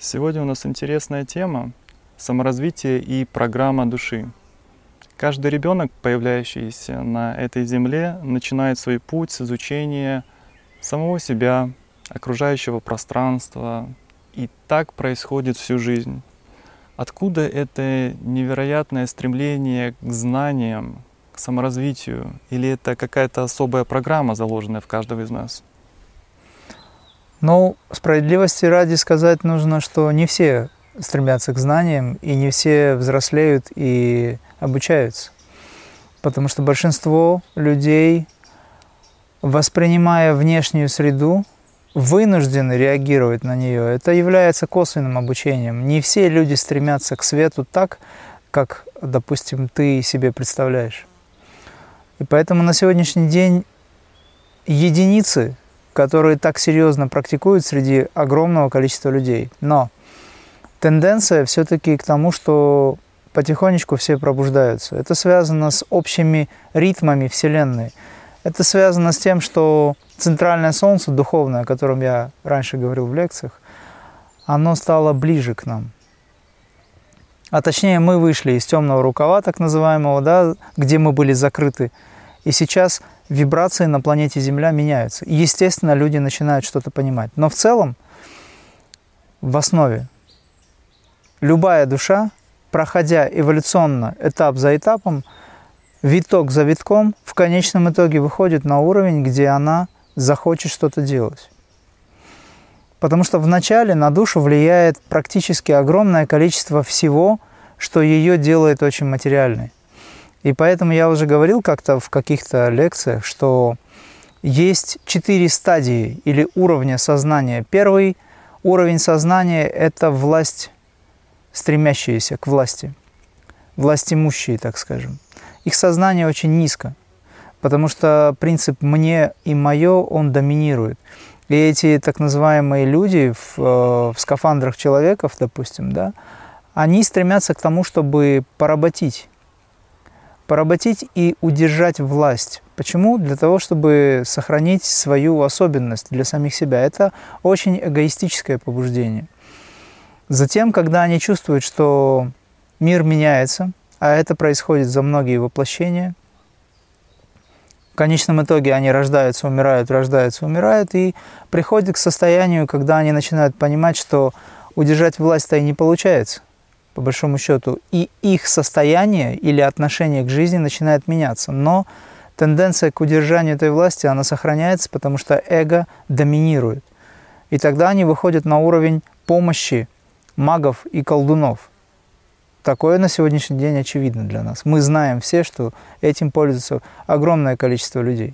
Сегодня у нас интересная тема — саморазвитие и программа души. Каждый ребенок, появляющийся на этой земле, начинает свой путь с изучения самого себя, окружающего пространства, и так происходит всю жизнь. Откуда это невероятное стремление к знаниям, к саморазвитию? Или это какая-то особая программа, заложенная в каждого из нас? Ну, справедливости ради сказать нужно, что не все стремятся к знаниям, и не все взрослеют и обучаются. Потому что большинство людей, воспринимая внешнюю среду, вынуждены реагировать на нее. Это является косвенным обучением. Не все люди стремятся к свету так, как, допустим, ты себе представляешь. И поэтому на сегодняшний день единицы, которые так серьезно практикуют среди огромного количества людей. Но тенденция все-таки к тому, что потихонечку все пробуждаются. Это связано с общими ритмами Вселенной. Это связано с тем, что центральное Солнце, духовное, о котором я раньше говорил в лекциях, оно стало ближе к нам. А точнее, мы вышли из темного рукава, так называемого, да, где мы были закрыты. И сейчас вибрации на планете Земля меняются. И, естественно, люди начинают что-то понимать. Но в целом, в основе, любая душа, проходя эволюционно этап за этапом, виток за витком, в конечном итоге выходит на уровень, где она захочет что-то делать. Потому что вначале на душу влияет практически огромное количество всего, что ее делает очень материальной. И поэтому я уже говорил как-то в каких-то лекциях, что есть 4 стадии или уровня сознания. Первый уровень сознания – это власть, стремящиеся к власти, власть имущие, так скажем. Их сознание очень низко, потому что принцип «мне» и «моё» он доминирует. И эти так называемые люди в скафандрах человеков, допустим, да, они стремятся к тому, чтобы поработить и удержать власть. Почему? Для того, чтобы сохранить свою особенность для самих себя. Это очень эгоистическое побуждение. Затем, когда они чувствуют, что мир меняется, а это происходит за многие воплощения, в конечном итоге они рождаются, умирают, и приходят к состоянию, когда они начинают понимать, что удержать власть-то и не получается, по большому счету, и их состояние или отношение к жизни начинает меняться. Но тенденция к удержанию этой власти, она сохраняется, потому что эго доминирует. И тогда они выходят на уровень помощи магов и колдунов. Такое на сегодняшний день очевидно для нас. Мы знаем все, что этим пользуется огромное количество людей.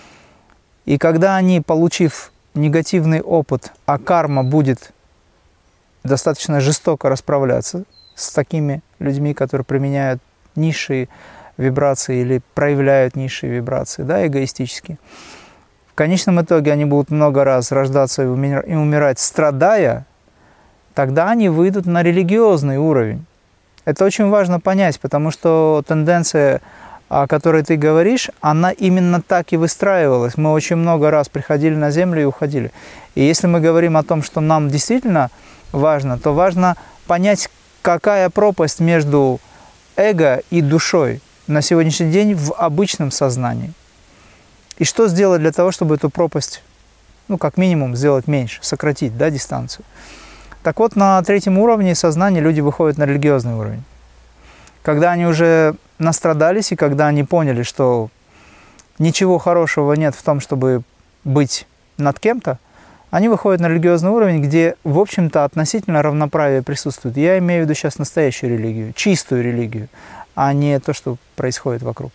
И когда они, получив негативный опыт, а карма будет достаточно жестоко расправляться с такими людьми, которые применяют низшие вибрации или проявляют низшие вибрации, да, эгоистически. В конечном итоге они будут много раз рождаться и умирать, страдая, тогда они выйдут на религиозный уровень. Это очень важно понять, потому что тенденция, о которой ты говоришь, она именно так и выстраивалась. Мы очень много раз приходили на Землю и уходили. И если мы говорим о том, что нам действительно важно, то важно понять, какая пропасть между эго и душой на сегодняшний день в обычном сознании. И что сделать для того, чтобы эту пропасть, ну, как минимум, сделать меньше, сократить, да, дистанцию. Так вот, на 3-м уровне сознания люди выходят на религиозный уровень. Когда они уже настрадались, и когда они поняли, что ничего хорошего нет в том, чтобы быть над кем-то, они выходят на религиозный уровень, где, в общем-то, относительно равноправие присутствует. Я имею в виду сейчас настоящую религию, чистую религию, а не то, что происходит вокруг.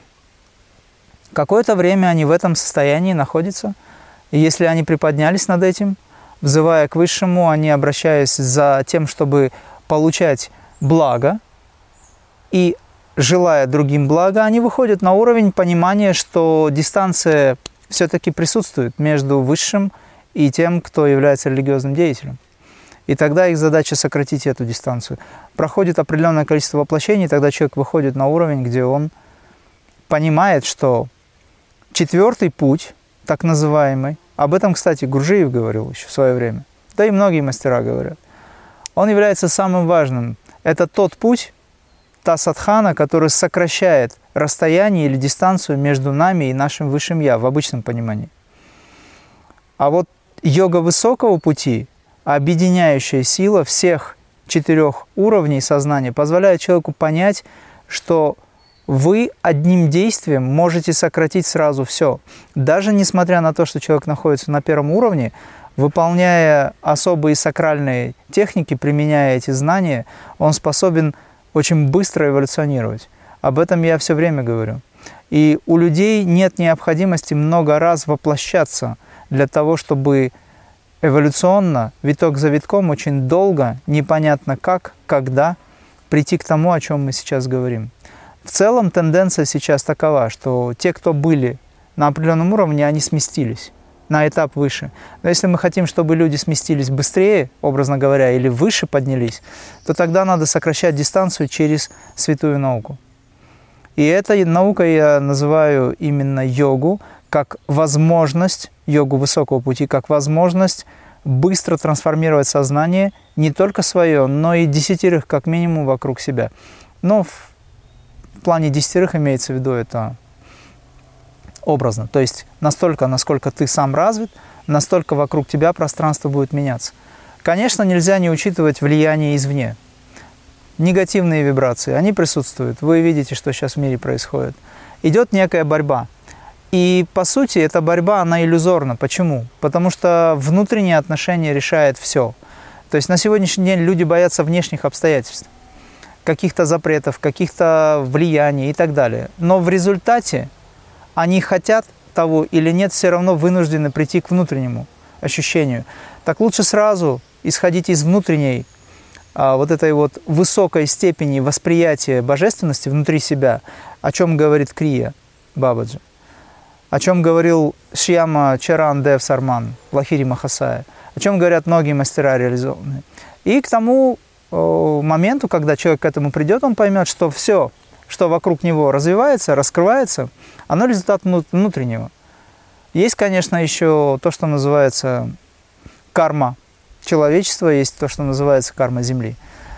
Какое-то время они в этом состоянии находятся, и если они приподнялись над этим, взывая к Высшему, они, обращаясь за тем, чтобы получать благо, и желая другим блага, они выходят на уровень понимания, что дистанция все-таки присутствует между Высшим и тем, кто является религиозным деятелем. И тогда их задача сократить эту дистанцию. Проходит определенное количество воплощений, и тогда человек выходит на уровень, где он понимает, что 4-й путь, так называемый, об этом, кстати, Гурджиев говорил еще в свое время, да и многие мастера говорят, он является самым важным. Это тот путь, та садхана, которая сокращает расстояние или дистанцию между нами и нашим высшим Я в обычном понимании. А вот йога высокого пути, объединяющая сила всех 4 уровней сознания, позволяет человеку понять, что вы одним действием можете сократить сразу все. Даже несмотря на то, что человек находится на 1 уровне, выполняя особые сакральные техники, применяя эти знания, он способен очень быстро эволюционировать. Об этом я все время говорю. И у людей нет необходимости много раз воплощаться для того, чтобы эволюционно, виток за витком, очень долго, непонятно как, когда, прийти к тому, о чем мы сейчас говорим. В целом тенденция сейчас такова, что те, кто были на определенном уровне, они сместились на этап выше. Но если мы хотим, чтобы люди сместились быстрее, образно говоря, или выше поднялись, то тогда надо сокращать дистанцию через святую науку. И этой наукой я называю именно йогу, как возможность, йогу высокого пути, как возможность быстро трансформировать сознание, не только свое, но и 10 как минимум вокруг себя. Но в плане 10 имеется в виду это образно. То есть настолько, насколько ты сам развит, настолько вокруг тебя пространство будет меняться. Конечно, нельзя не учитывать влияние извне. Негативные вибрации, они присутствуют. Вы видите, что сейчас в мире происходит. Идет некая борьба. И, по сути, эта борьба, она иллюзорна. Почему? Потому что внутреннее отношение решает все. То есть на сегодняшний день люди боятся внешних обстоятельств, каких-то запретов, каких-то влияний и так далее. Но в результате они хотят того или нет, все равно вынуждены прийти к внутреннему ощущению. Так лучше сразу исходить из внутренней вот этой вот высокой степени восприятия божественности внутри себя, о чем говорит Крия Бабаджи, о чем говорил Шьяма Чаран Дев Сарман, Лахири Махасая, о чем говорят многие мастера реализованные. И к тому моменту, когда человек к этому придет, он поймет, что все, что вокруг него развивается, раскрывается, оно результат внутреннего. Есть, конечно, еще то, что называется карма человечества, есть то, что называется карма Земли.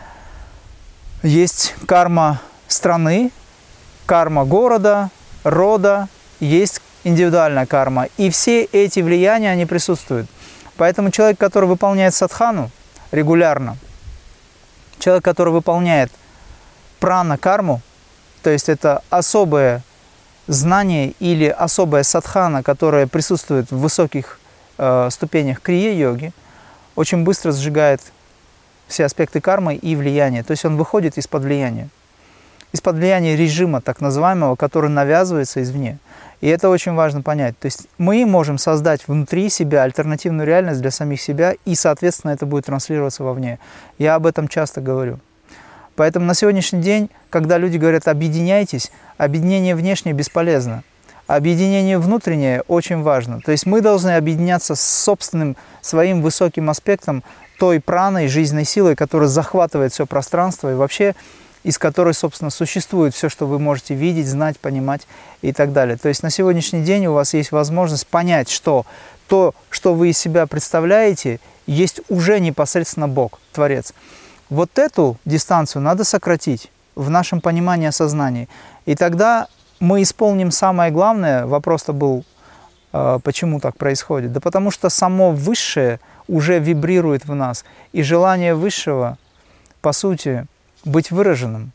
Есть карма страны, карма города, рода, есть индивидуальная карма. И все эти влияния, они присутствуют. Поэтому человек, который выполняет садхану регулярно, человек, который выполняет прана-карму, то есть это особое знание или особая садхана, которая присутствует в высоких ступенях крия-йоги, очень быстро сжигает все аспекты кармы и влияния. То есть он выходит из-под влияния. Из-под влияния режима, так называемого, который навязывается извне. И это очень важно понять. То есть мы можем создать внутри себя альтернативную реальность для самих себя, и, соответственно, это будет транслироваться вовне. Я об этом часто говорю. Поэтому на сегодняшний день, когда люди говорят «объединяйтесь», объединение внешнее бесполезно. Объединение внутреннее очень важно. То есть мы должны объединяться с собственным своим высоким аспектом, той праной, жизненной силой, которая захватывает все пространство и вообще из которой, собственно, существует все, что вы можете видеть, знать, понимать и так далее. То есть на сегодняшний день у вас есть возможность понять, что то, что вы из себя представляете, есть уже непосредственно Бог, Творец. Вот эту дистанцию надо сократить в нашем понимании осознания. И тогда мы исполним самое главное. Вопрос-то был, почему так происходит. Да потому что само Высшее уже вибрирует в нас. И желание Высшего, по сути, быть выраженным.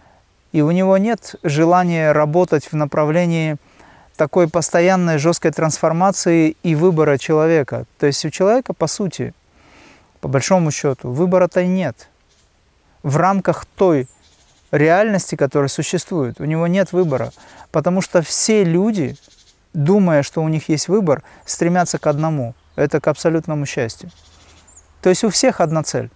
И у него нет желания работать в направлении такой постоянной жесткой трансформации и выбора человека. То есть у человека, по сути, по большому счету, выбора-то нет. В рамках той реальности, которая существует, у него нет выбора. Потому что все люди, думая, что у них есть выбор, стремятся к одному. Это к абсолютному счастью. То есть у всех одна цель.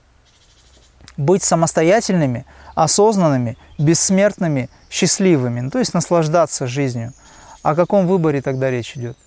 Быть самостоятельными, осознанными, бессмертными, счастливыми. То есть наслаждаться жизнью. О каком выборе тогда речь идет?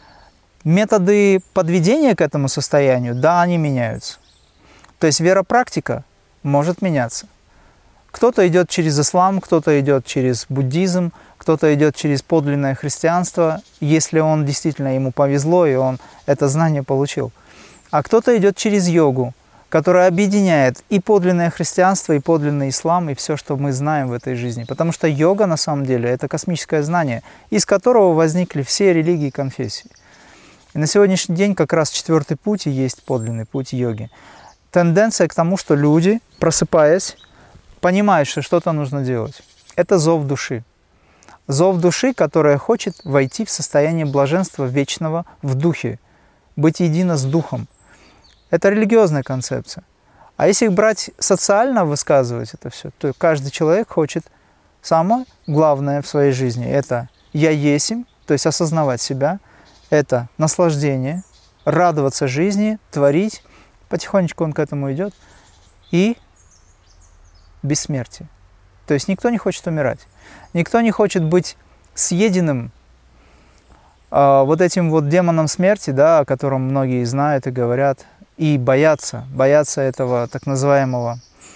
Методы подведения к этому состоянию, да, они меняются. То есть веропрактика может меняться. Кто-то идет через ислам, кто-то идет через буддизм, кто-то идет через подлинное христианство, если он действительно ему повезло, и он это знание получил. А кто-то идет через йогу, которое объединяет и подлинное христианство, и подлинный ислам, и все, что мы знаем в этой жизни. Потому что йога, на самом деле, это космическое знание, из которого возникли все религии и конфессии. И на сегодняшний день как раз 4-й путь и есть подлинный путь йоги. Тенденция к тому, что люди, просыпаясь, понимают, что что-то нужно делать. Это зов души. Зов души, которая хочет войти в состояние блаженства вечного в духе, быть едино с духом. Это религиозная концепция. А если брать социально, высказывать это все, то каждый человек хочет самое главное в своей жизни. Это «я есмь», то есть осознавать себя, это наслаждение, радоваться жизни, творить, потихонечку он к этому идет, и бессмертие. То есть никто не хочет умирать, никто не хочет быть съеденным вот этим вот демоном смерти, да, о котором многие знают и говорят, и боятся этого так называемого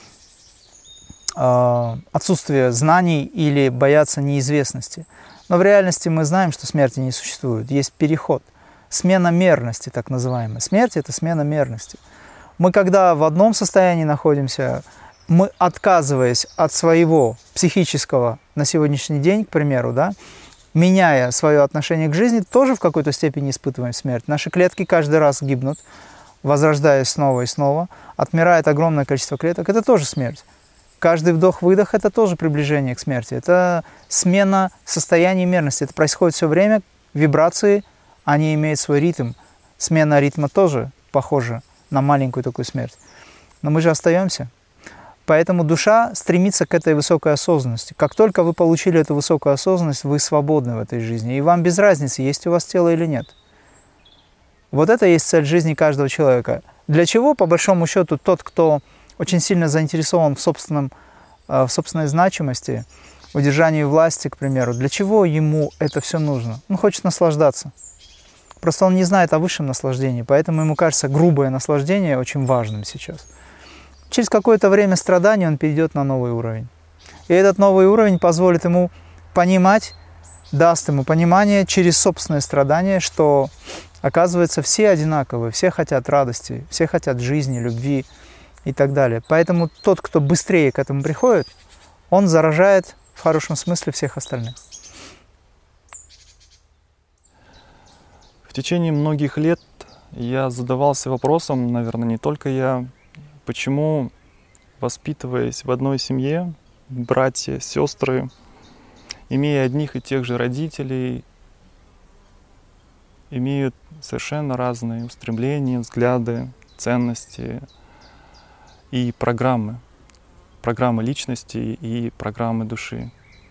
отсутствия знаний или боятся неизвестности. Но в реальности мы знаем, что смерти не существует. Есть переход, смена мерности, так называемая. Смерть – это смена мерности. Мы когда в одном состоянии находимся, мы, отказываясь от своего психического на сегодняшний день, к примеру, да, меняя свое отношение к жизни, тоже в какой-то степени испытываем смерть. Наши клетки каждый раз гибнут, возрождаясь снова и снова, отмирает огромное количество клеток, это тоже смерть. Каждый вдох-выдох – это тоже приближение к смерти, это смена состояния мерности, это происходит все время, вибрации, они имеют свой ритм, смена ритма тоже похожа на маленькую такую смерть. Но мы же остаемся. Поэтому душа стремится к этой высокой осознанности. Как только вы получили эту высокую осознанность, вы свободны в этой жизни, и вам без разницы, есть у вас тело или нет. Вот это и есть цель жизни каждого человека. Для чего, по большому счету, тот, кто очень сильно заинтересован в собственной значимости, в удержании власти, к примеру, для чего ему это все нужно? Он хочет наслаждаться. Просто он не знает о высшем наслаждении, поэтому ему кажется грубое наслаждение очень важным сейчас. Через какое-то время страданий он перейдет на новый уровень. И этот новый уровень позволит ему понимать, даст ему понимание через собственное страдание, что, оказывается, все одинаковые, все хотят радости, все хотят жизни, любви и так далее. Поэтому тот, кто быстрее к этому приходит, он заражает в хорошем смысле всех остальных. В течение многих лет я задавался вопросом, наверное, не только я, почему, воспитываясь в одной семье, братья, сестры, имея одних и тех же родителей, имеют совершенно разные устремления, взгляды, ценности и программы личности и программы души.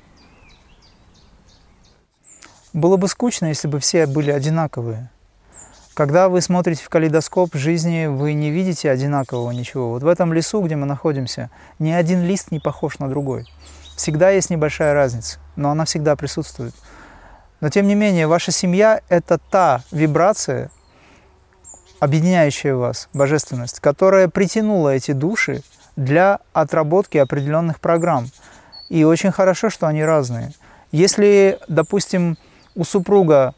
Было бы скучно, если бы все были одинаковые. Когда вы смотрите в калейдоскоп жизни, вы не видите одинакового ничего. Вот в этом лесу, где мы находимся, ни один лист не похож на другой. Всегда есть небольшая разница, но она всегда присутствует. Но тем не менее, ваша семья – это та вибрация, объединяющая вас, божественность, которая притянула эти души для отработки определенных программ. И очень хорошо, что они разные. Если, допустим, у супруга,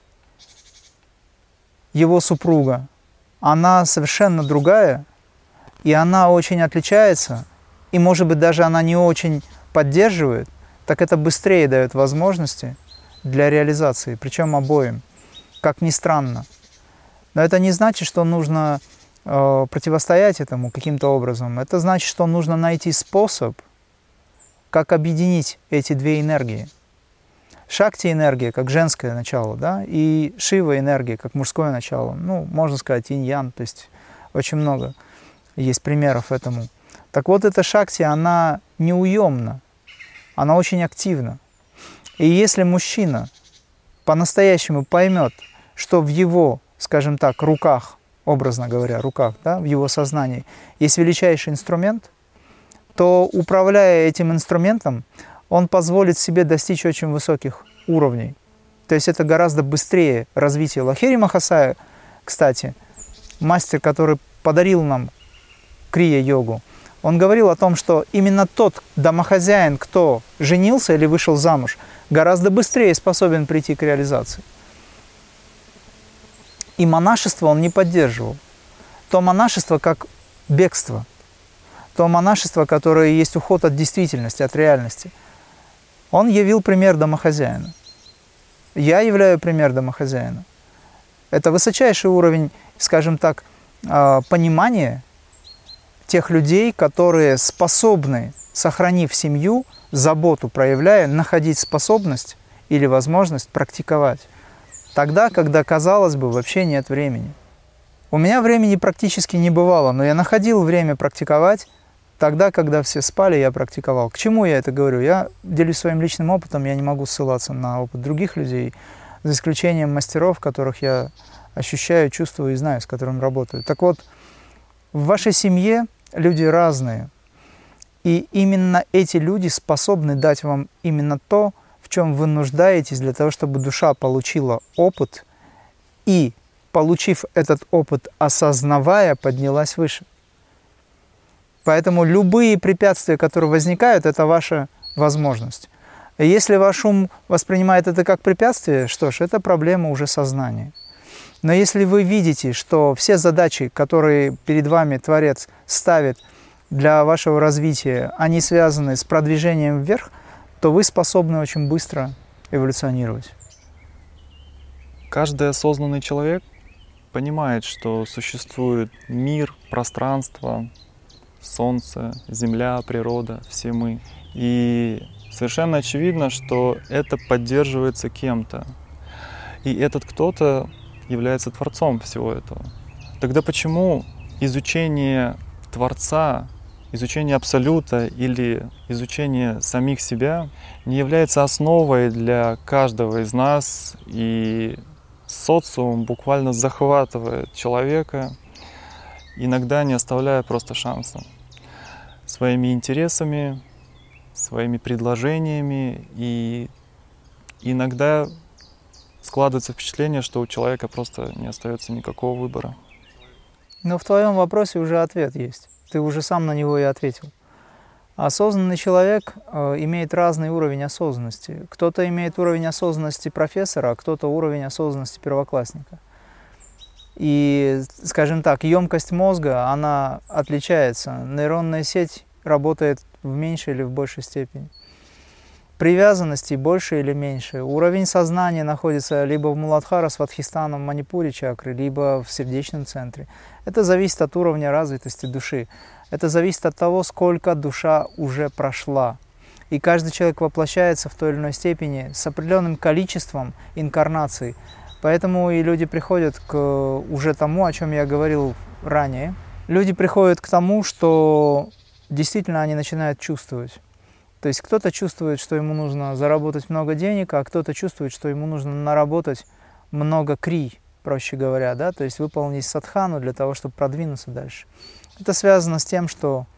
его супруга, она совершенно другая, и она очень отличается, и, может быть, даже она не очень поддерживает, так это быстрее дает возможности для реализации, причем обоим, как ни странно. Но это не значит, что нужно противостоять этому каким-то образом. Это значит, что нужно найти способ, как объединить эти две энергии. Шакти-энергия, как женское начало, да, и Шива-энергия, как мужское начало. Ну, можно сказать, инь-ян, то есть очень много есть примеров этому. Так вот, эта Шакти, она неуемна, она очень активна. И если мужчина по-настоящему поймет, что в его, скажем так, руках, образно говоря, руках, да, в его сознании есть величайший инструмент, то, управляя этим инструментом, он позволит себе достичь очень высоких уровней. То есть это гораздо быстрее развитие. Лахири Махасая, кстати, мастер, который подарил нам крия-йогу, он говорил о том, что именно тот домохозяин, кто женился или вышел замуж, гораздо быстрее способен прийти к реализации. И монашество он не поддерживал. То монашество, как бегство, то монашество, которое есть уход от действительности, от реальности. Он явил пример домохозяина. Я являю пример домохозяина. Это высочайший уровень, скажем так, понимания тех людей, которые способны, сохранив семью, заботу проявляя, находить способность или возможность практиковать. Тогда, когда, казалось бы, вообще нет времени. У меня времени практически не бывало, но я находил время практиковать. Тогда, когда все спали, я практиковал. К чему я это говорю? Я делюсь своим личным опытом, я не могу ссылаться на опыт других людей, за исключением мастеров, которых я ощущаю, чувствую и знаю, с которыми работаю. Так вот, в вашей семье люди разные. И именно эти люди способны дать вам именно то, в чем вы нуждаетесь, для того, чтобы душа получила опыт и, получив этот опыт, осознавая, поднялась выше. Поэтому любые препятствия, которые возникают, это ваша возможность. И если ваш ум воспринимает это как препятствие, что ж, это проблема уже сознания. Но если вы видите, что все задачи, которые перед вами Творец ставит для вашего развития, они связаны с продвижением вверх, то вы способны очень быстро эволюционировать. Каждый осознанный человек понимает, что существует мир, пространство, солнце, земля, природа, все мы. И совершенно очевидно, что это поддерживается кем-то. И этот кто-то является Творцом всего этого. Тогда почему изучение Творца, изучение Абсолюта или изучение самих себя не является основой для каждого из нас, и социум буквально захватывает человека, иногда не оставляя просто шанса, своими интересами, своими предложениями, и иногда складывается впечатление, что у человека просто не остается никакого выбора. Но в твоем вопросе уже ответ есть. Ты уже сам на него и ответил. Осознанный человек имеет разный уровень осознанности. Кто-то имеет уровень осознанности профессора, а кто-то уровень осознанности первоклассника. И, скажем так, емкость мозга, она отличается. Нейронная сеть работает в меньшей или в большей степени. Привязанности больше или меньше. Уровень сознания находится либо в Муладхара, Свадхистана, в Манипуре чакры, либо в сердечном центре. Это зависит от уровня развитости души. Это зависит от того, сколько душа уже прошла. И каждый человек воплощается в той или иной степени с определенным количеством инкарнаций. Поэтому и люди приходят к уже тому, о чем я говорил ранее. Люди приходят к тому, что действительно они начинают чувствовать. То есть кто-то чувствует, что ему нужно заработать много денег, а кто-то чувствует, что ему нужно наработать много крий, проще говоря, да? То есть выполнить садхану для того, чтобы продвинуться дальше. Это связано с тем, что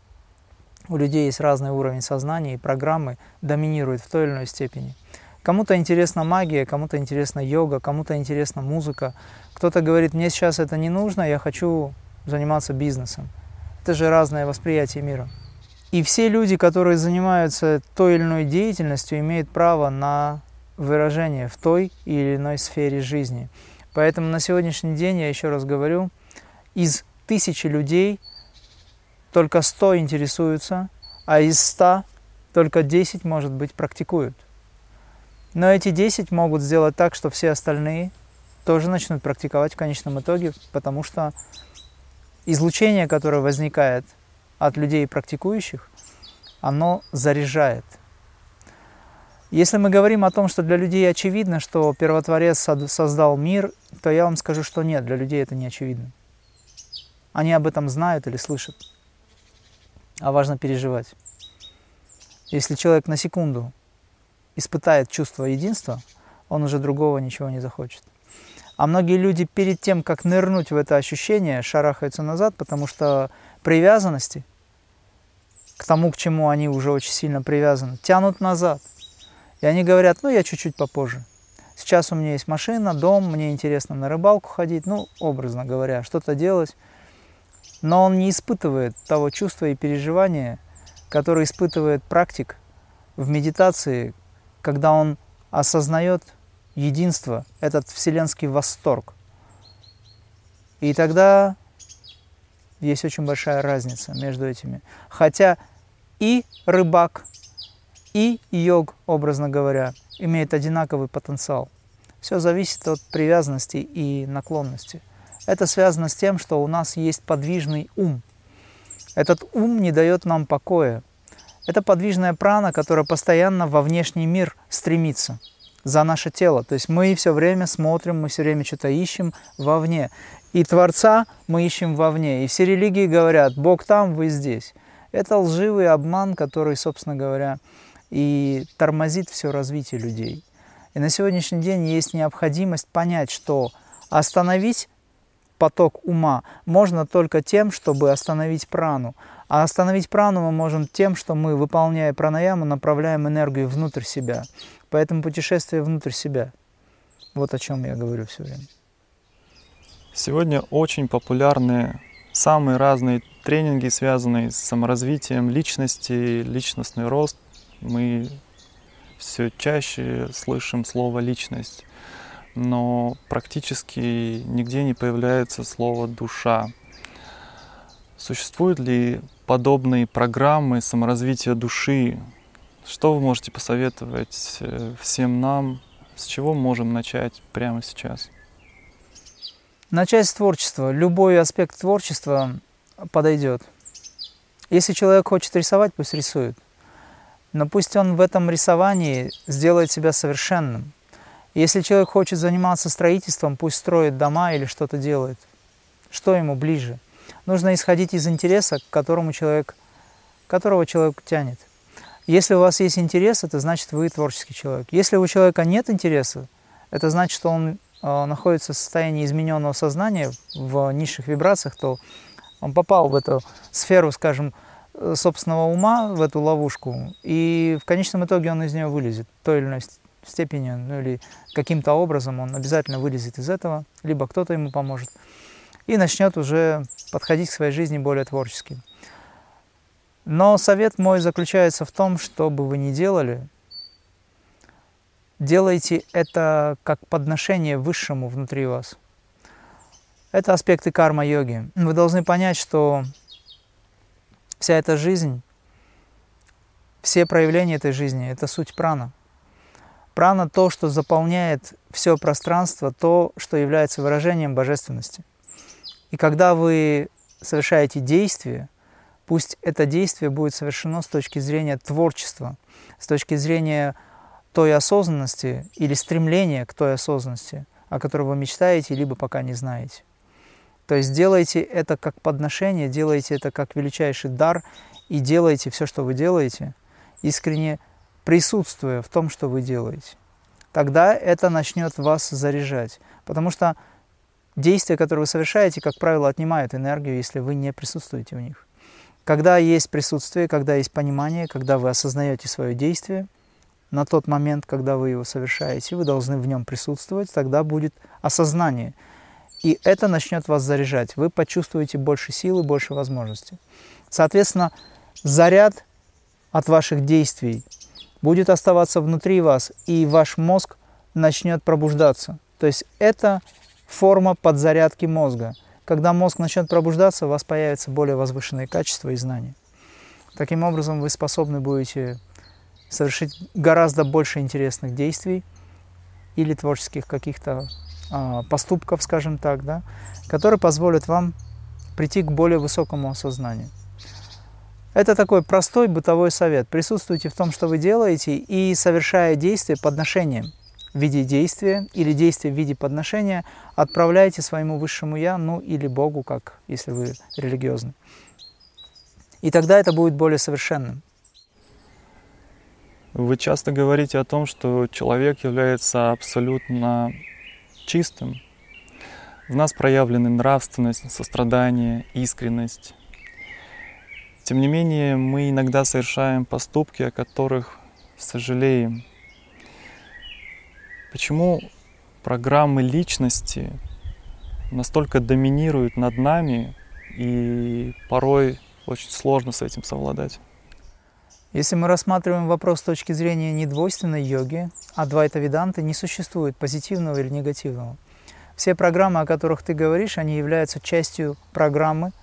у людей есть разный уровень сознания, и программы доминируют в той или иной степени. Кому-то интересна магия, кому-то интересна йога, кому-то интересна музыка. Кто-то говорит, мне сейчас это не нужно, я хочу заниматься бизнесом. Это же разное восприятие мира. И все люди, которые занимаются той или иной деятельностью, имеют право на выражение в той или иной сфере жизни. Поэтому на сегодняшний день, я еще раз говорю, из 1000 людей только 100 интересуются, а из 100 только 10, может быть, практикуют. Но эти 10 могут сделать так, что все остальные тоже начнут практиковать в конечном итоге, потому что излучение, которое возникает от людей практикующих, оно заряжает. Если мы говорим о том, что для людей очевидно, что Первотворец создал мир, то я вам скажу, что нет, для людей это не очевидно. Они об этом знают или слышат. А важно переживать. Если человек на секунду испытает чувство единства, он уже другого ничего не захочет. А многие люди перед тем, как нырнуть в это ощущение, шарахаются назад, потому что привязанности к тому, к чему они уже очень сильно привязаны, тянут назад. И они говорят, ну я чуть-чуть попозже. Сейчас у меня есть машина, дом, мне интересно на рыбалку ходить, ну, образно говоря, что-то делать. Но он не испытывает того чувства и переживания, которое испытывает практик в медитации, когда он осознает единство, этот вселенский восторг. И тогда Есть очень большая разница между этими. Хотя и рыбак, и йог, образно говоря, имеют одинаковый потенциал. Все зависит от привязанности и наклонности. Это связано с тем, что у нас есть подвижный ум. Этот ум не дает нам покоя. Это подвижная прана, которая постоянно во внешний мир стремится за наше тело. То есть мы все время смотрим, мы все время что-то ищем вовне. И Творца мы ищем вовне. И все религии говорят: Бог там, вы здесь. Это лживый обман, который, собственно говоря, и тормозит все развитие людей. И на сегодняшний день есть необходимость понять, что остановить поток ума можно только тем, чтобы остановить прану. А остановить прану мы можем тем, что мы, выполняя пранаяму, направляем энергию внутрь себя. Поэтому путешествие внутрь себя. Вот о чем я говорю все время. Сегодня очень популярны самые разные тренинги, связанные с саморазвитием личности, личностный рост. Мы все чаще слышим слово «личность», но практически нигде не появляется слово «душа». Существуют ли подобные программы саморазвития души? Что вы можете посоветовать всем нам? С чего мы можем начать прямо сейчас? Начать с творчества. Любой аспект творчества подойдет. Если человек хочет рисовать, пусть рисует. Но пусть он в этом рисовании сделает себя совершенным. Если человек хочет заниматься строительством, пусть строит дома или что-то делает. Что ему ближе? Нужно исходить из интереса, которого человек тянет. Если у вас есть интерес, это значит, вы творческий человек. Если у человека нет интереса, это значит, что он находится в состоянии измененного сознания, в низших вибрациях, то он попал в эту сферу, скажем, собственного ума, в эту ловушку, и в конечном итоге он из нее вылезет в той или иной степени, ну или каким-то образом он обязательно вылезет из этого, либо кто-то ему поможет, и начнет уже подходить к своей жизни более творчески. Но совет мой заключается в том, что бы вы ни делали, делайте это как подношение высшему внутри вас. Это аспекты карма-йоги. Вы должны понять, что вся эта жизнь, все проявления этой жизни – это суть прана. Прана – то, что заполняет все пространство, то, что является выражением божественности. И когда вы совершаете действие, пусть это действие будет совершено с точки зрения творчества, с точки зрения той осознанности или стремления к той осознанности, о которой вы мечтаете, либо пока не знаете. То есть делайте это как подношение, делайте это как величайший дар и делайте все, что вы делаете, искренне присутствуя в том, что вы делаете. Тогда это начнет вас заряжать, потому что действия, которые вы совершаете, как правило, отнимают энергию, если вы не присутствуете в них. Когда есть присутствие, когда есть понимание, когда вы осознаете свое действие, на тот момент, когда вы его совершаете, вы должны в нем присутствовать, тогда будет осознание. И это начнет вас заряжать. Вы почувствуете больше силы, больше возможностей. Соответственно, заряд от ваших действий будет оставаться внутри вас, и ваш мозг начнет пробуждаться. То есть это форма подзарядки мозга. Когда мозг начнет пробуждаться, у вас появятся более возвышенные качества и знания. Таким образом, вы способны будете совершить гораздо больше интересных действий или творческих каких-то поступков, скажем так, да, которые позволят вам прийти к более высокому осознанию. Это такой простой бытовой совет. Присутствуйте в том, что вы делаете, и совершая действие подношением в виде действия или действия в виде подношения, отправляйте своему высшему Я, ну или Богу, как если вы религиозны. И тогда это будет более совершенным. Вы часто говорите о том, что человек является абсолютно чистым. В нас проявлены нравственность, сострадание, искренность. Тем не менее, мы иногда совершаем поступки, о которых сожалеем. Почему программы личности настолько доминируют над нами, и порой очень сложно с этим совладать? Если мы рассматриваем вопрос с точки зрения недвойственной йоги, адвайта-веданты, не существует позитивного или негативного. Все программы, о которых ты говоришь, они являются частью программы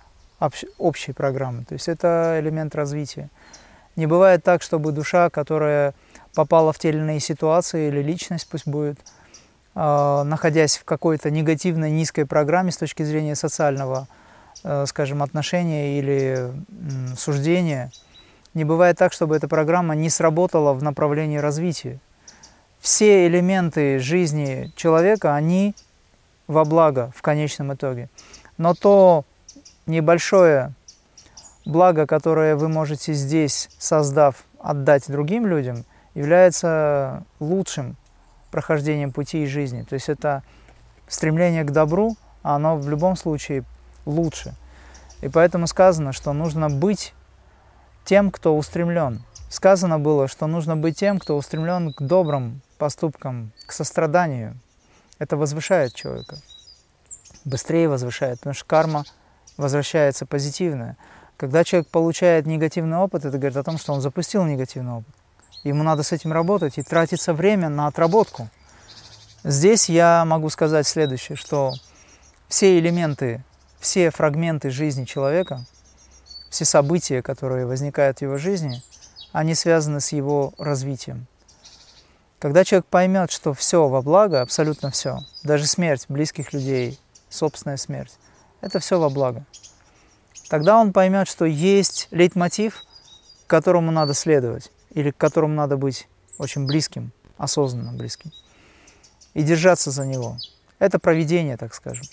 общей программы. То есть это элемент развития. Не бывает так, чтобы душа, которая попала в те или иные ситуации, или личность пусть будет, находясь в какой-то негативной, низкой программе с точки зрения социального, скажем, отношения или суждения, не бывает так, чтобы эта программа не сработала в направлении развития. Все элементы жизни человека, они во благо в конечном итоге. Но то небольшое благо, которое вы можете здесь, создав, отдать другим людям, является лучшим прохождением пути и жизни. То есть это стремление к добру, а оно в любом случае лучше. И поэтому сказано, что нужно быть тем, кто устремлен. Сказано было, что нужно быть тем, кто устремлен к добрым поступкам, к состраданию. Это возвышает человека. Быстрее возвышает, потому что карма возвращается позитивная. Когда человек получает негативный опыт, это говорит о том, что он запустил негативный опыт. Ему надо с этим работать и тратится время на отработку. Здесь я могу сказать следующее, что все элементы, все фрагменты жизни человека, все события, которые возникают в его жизни, они связаны с его развитием. Когда человек поймет, что все во благо, абсолютно все, даже смерть близких людей, собственная смерть, это все во благо, тогда он поймет, что есть лейтмотив, к которому надо следовать, или к которому надо быть очень близким, осознанно близким, и держаться за него. Это провидение, так скажем.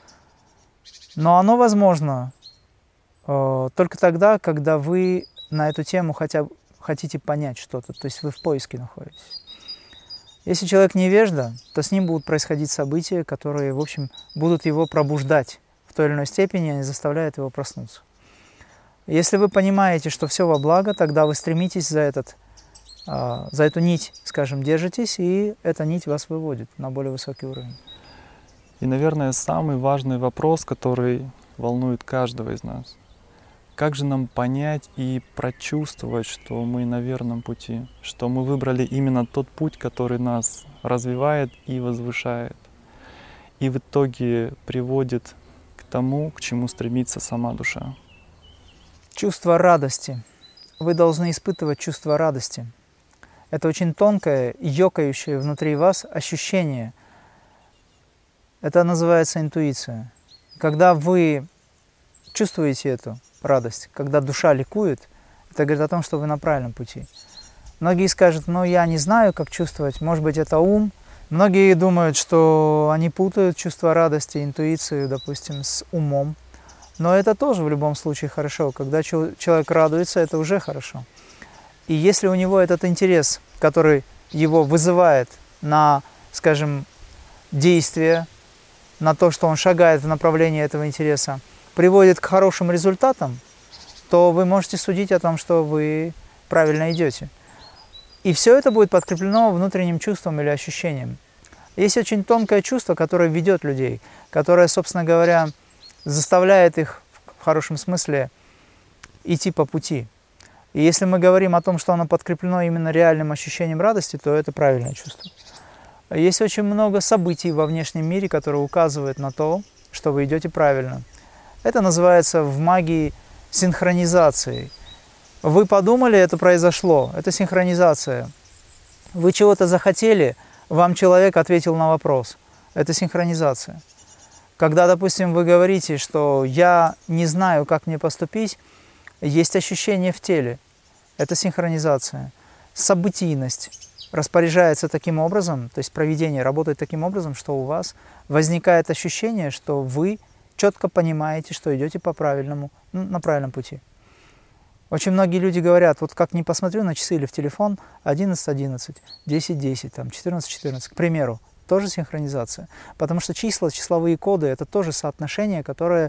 Но оно возможно только тогда, когда вы на эту тему хотя бы хотите понять что-то, то есть вы в поиске находитесь. Если человек невежда, то с ним будут происходить события, которые, в общем, будут его пробуждать в той или иной степени, они заставляют его проснуться. Если вы понимаете, что все во благо, тогда вы стремитесь за эту нить, скажем, держитесь, и эта нить вас выводит на более высокий уровень. И, наверное, самый важный вопрос, который волнует каждого из нас. Как же нам понять и прочувствовать, что мы на верном пути, что мы выбрали именно тот путь, который нас развивает и возвышает, и в итоге приводит к тому, к чему стремится сама душа? Чувство радости. Вы должны испытывать чувство радости. Это очень тонкое, ёкающее внутри вас ощущение. Это называется интуиция. Когда вы чувствуете эту радость, когда душа ликует, это говорит о том, что вы на правильном пути. Многие скажут, ну я не знаю, как чувствовать, может быть это ум. Многие думают, что они путают чувство радости, интуицию, допустим, с умом. Но это тоже в любом случае хорошо. Когда человек радуется, это уже хорошо. И если у него этот интерес, который его вызывает на, скажем, действие, на то, что он шагает в направлении этого интереса, приводит к хорошим результатам, то вы можете судить о том, что вы правильно идете. И все это будет подкреплено внутренним чувством или ощущением. Есть очень тонкое чувство, которое ведет людей, которое, собственно говоря, заставляет их в хорошем смысле идти по пути. И если мы говорим о том, что оно подкреплено именно реальным ощущением радости, то это правильное чувство. Есть очень много событий во внешнем мире, которые указывают на то, что вы идете правильно. Это называется в магии синхронизацией. Вы подумали, это произошло, это синхронизация. Вы чего-то захотели, вам человек ответил на вопрос. Это синхронизация. Когда, допустим, вы говорите, что я не знаю, как мне поступить, есть ощущение в теле. Это синхронизация. Событийность распоряжается таким образом, то есть провидение работает таким образом, что у вас возникает ощущение, что вы четко понимаете, что идете по правильному, на правильном пути. Очень многие люди говорят, вот как ни посмотрю на часы или в телефон, 11:11, 10:10, 14:14, к примеру, тоже синхронизация. Потому что числа, числовые коды – это тоже соотношение, которое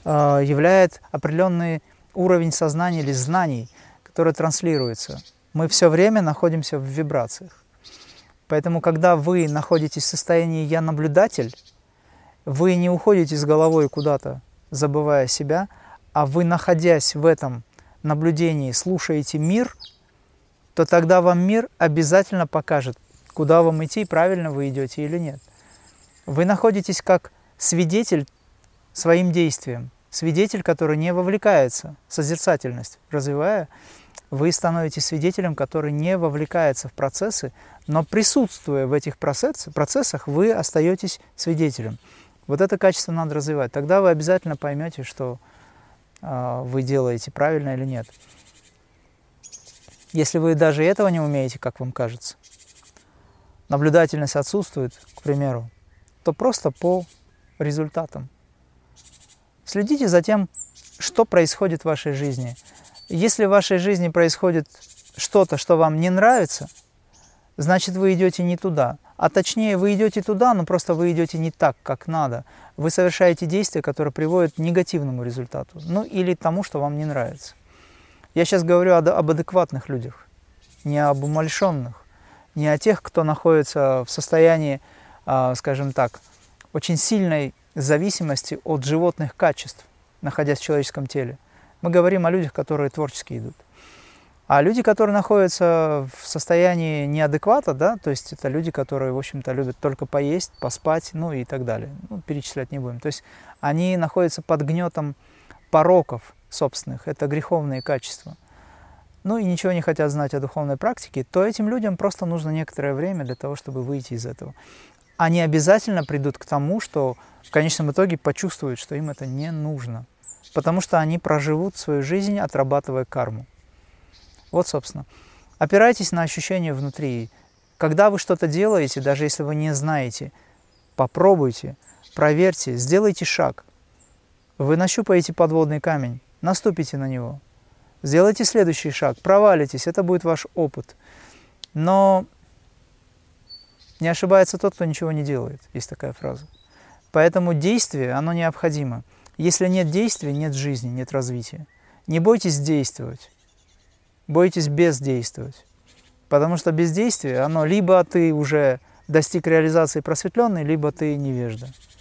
являет определенный уровень сознания или знаний, который транслируется. Мы все время находимся в вибрациях. Поэтому, когда вы находитесь в состоянии «я наблюдатель», вы не уходите с головой куда-то, забывая себя, а вы, находясь в этом наблюдении, слушаете мир, то тогда вам мир обязательно покажет, куда вам идти, правильно вы идете или нет. Вы находитесь как свидетель своим действием, свидетель, который не вовлекается, созерцательность развивая, вы становитесь свидетелем, который не вовлекается в процессы, но присутствуя в этих процессах, вы остаетесь свидетелем. Вот это качество надо развивать. Тогда вы обязательно поймете, что вы делаете правильно или нет. Если вы даже этого не умеете, как вам кажется, наблюдательность отсутствует, к примеру, то просто по результатам. Следите за тем, что происходит в вашей жизни. Если в вашей жизни происходит что-то, что вам не нравится, значит, вы идете не туда. А точнее, вы идете туда, но просто вы идете не так, как надо. Вы совершаете действия, которые приводят к негативному результату. Ну или тому, что вам не нравится. Я сейчас говорю об адекватных людях, не об умалишенных, не о тех, кто находится в состоянии, скажем так, очень сильной зависимости от животных качеств, находясь в человеческом теле. Мы говорим о людях, которые творчески идут. А люди, которые находятся в состоянии неадеквата, да, то есть это люди, которые, в общем-то, любят только поесть, поспать, ну и так далее. Ну, перечислять не будем. То есть они находятся под гнетом пороков собственных, это греховные качества. Ну и ничего не хотят знать о духовной практике, то этим людям просто нужно некоторое время для того, чтобы выйти из этого. Они обязательно придут к тому, что в конечном итоге почувствуют, что им это не нужно. Потому что они проживут свою жизнь, отрабатывая карму. Вот, собственно. Опирайтесь на ощущения внутри. Когда вы что-то делаете, даже если вы не знаете, попробуйте, проверьте, сделайте шаг. Вы нащупаете подводный камень, наступите на него. Сделайте следующий шаг, провалитесь, это будет ваш опыт. Но не ошибается тот, кто ничего не делает, есть такая фраза. Поэтому действие, оно необходимо. Если нет действия, нет жизни, нет развития. Не бойтесь действовать, бойтесь бездействовать. Потому что бездействие, оно либо ты уже достиг реализации просветленной, либо ты невежда.